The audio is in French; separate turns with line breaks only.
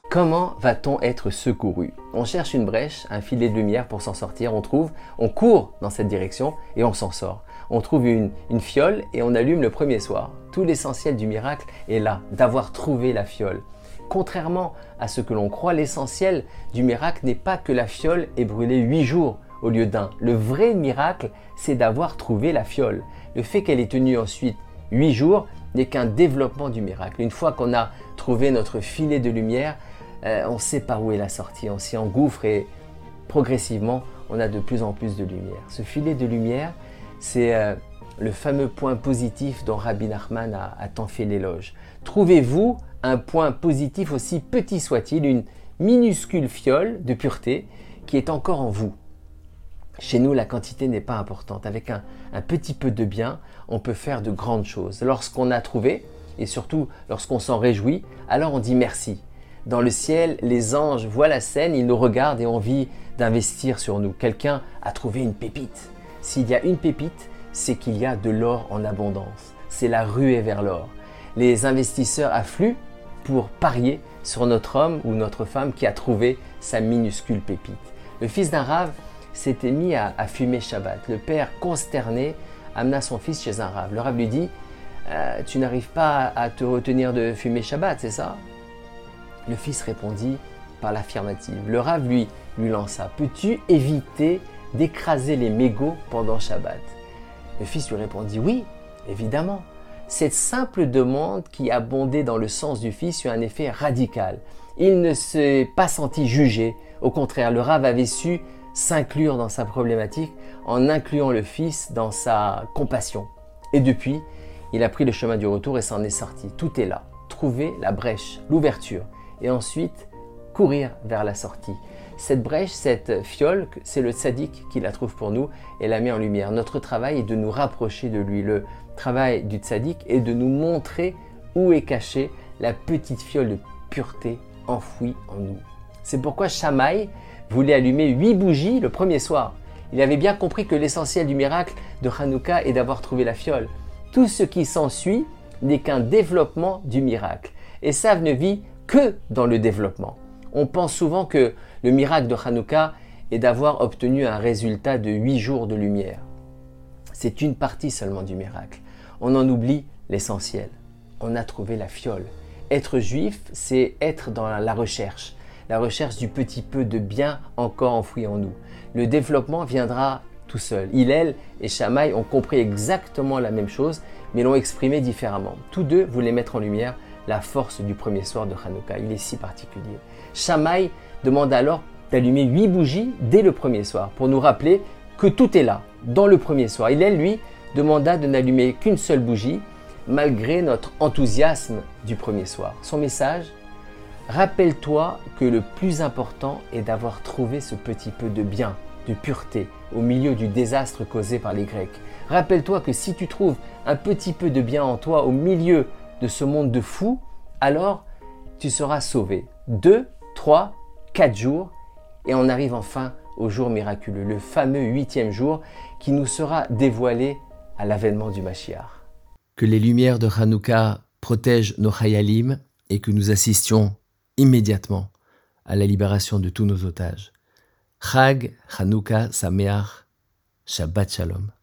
Comment va-t-on être secouru? On cherche une brèche, un filet de lumière pour s'en sortir, on trouve, on court dans cette direction et on s'en sort. On trouve une fiole et on allume le premier soir. Tout l'essentiel du miracle est là, d'avoir trouvé la fiole. Contrairement à ce que l'on croit, l'essentiel du miracle n'est pas que la fiole ait brûlé 8 jours au lieu d'un. Le vrai miracle, c'est d'avoir trouvé la fiole. Le fait qu'elle ait tenu ensuite 8 jours n'est qu'un développement du miracle. Une fois qu'on a trouvé notre filet de lumière, on sait par où est la sortie, on s'y engouffre et progressivement, on a de plus en plus de lumière. Ce filet de lumière, c'est le fameux point positif dont Rabbi Nachman a tant fait l'éloge. Trouvez-vous un point positif aussi petit soit-il, une minuscule fiole de pureté qui est encore en vous. Chez nous, la quantité n'est pas importante. Avec un petit peu de bien, on peut faire de grandes choses. Lorsqu'on a trouvé, et surtout lorsqu'on s'en réjouit, alors on dit merci. Dans le ciel, les anges voient la scène, ils nous regardent et ont envie d'investir sur nous. Quelqu'un a trouvé une pépite. S'il y a une pépite, c'est qu'il y a de l'or en abondance. C'est la ruée vers l'or. Les investisseurs affluent pour parier sur notre homme ou notre femme qui a trouvé sa minuscule pépite. Le fils d'un rave s'était mis à fumer Shabbat. Le père, consterné, amena son fils chez un rave. Le rave lui dit « Tu n'arrives pas à te retenir de fumer Shabbat, c'est ça ?» Le fils répondit par l'affirmative. Le rave lui lança « Peux-tu éviter d'écraser les mégots pendant Shabbat ?» Le fils lui répondit « Oui, évidemment. » Cette simple demande qui abondait dans le sens du fils eut un effet radical. Il ne s'est pas senti jugé. Au contraire, le rave avait su s'inclure dans sa problématique en incluant le fils dans sa compassion. Et depuis, il a pris le chemin du retour et s'en est sorti. Tout est là. Trouver la brèche, l'ouverture. Et ensuite, courir vers la sortie. Cette brèche, cette fiole, c'est le tzaddik qui la trouve pour nous et la met en lumière. Notre travail est de nous rapprocher de lui. Le travail du tzaddik est de nous montrer où est cachée la petite fiole de pureté enfouie en nous. C'est pourquoi Shammai voulait allumer 8 bougies le premier soir. Il avait bien compris que l'essentiel du miracle de Hanouka est d'avoir trouvé la fiole. Tout ce qui s'ensuit n'est qu'un développement du miracle. Et ça ne vit que dans le développement. On pense souvent que le miracle de Hanouka est d'avoir obtenu un résultat de 8 jours de lumière. C'est une partie seulement du miracle. On en oublie l'essentiel. On a trouvé la fiole. Être juif, c'est être dans la recherche du petit peu de bien encore enfoui en nous. Le développement viendra tout seul. Hillel et Shammai ont compris exactement la même chose, mais l'ont exprimé différemment. Tous deux voulaient mettre en lumière la force du premier soir de Hanouka. Il est si particulier. Shammai demande alors d'allumer 8 bougies dès le premier soir pour nous rappeler que tout est là, dans le premier soir. Hillel, lui, demanda de n'allumer qu'une seule bougie malgré notre enthousiasme du premier soir. Son message: rappelle-toi que le plus important est d'avoir trouvé ce petit peu de bien, de pureté, au milieu du désastre causé par les Grecs. Rappelle-toi que si tu trouves un petit peu de bien en toi au milieu de ce monde de fous, alors tu seras sauvé. 2, 3, 4 jours et on arrive enfin au jour miraculeux, le fameux 8e jour qui nous sera dévoilé à l'avènement du Mashiach. Que les lumières de Hanouka protègent nos Chayalim et que nous assistions immédiatement à la libération de tous nos otages. Chag Hanouka Sameach, Shabbat Shalom.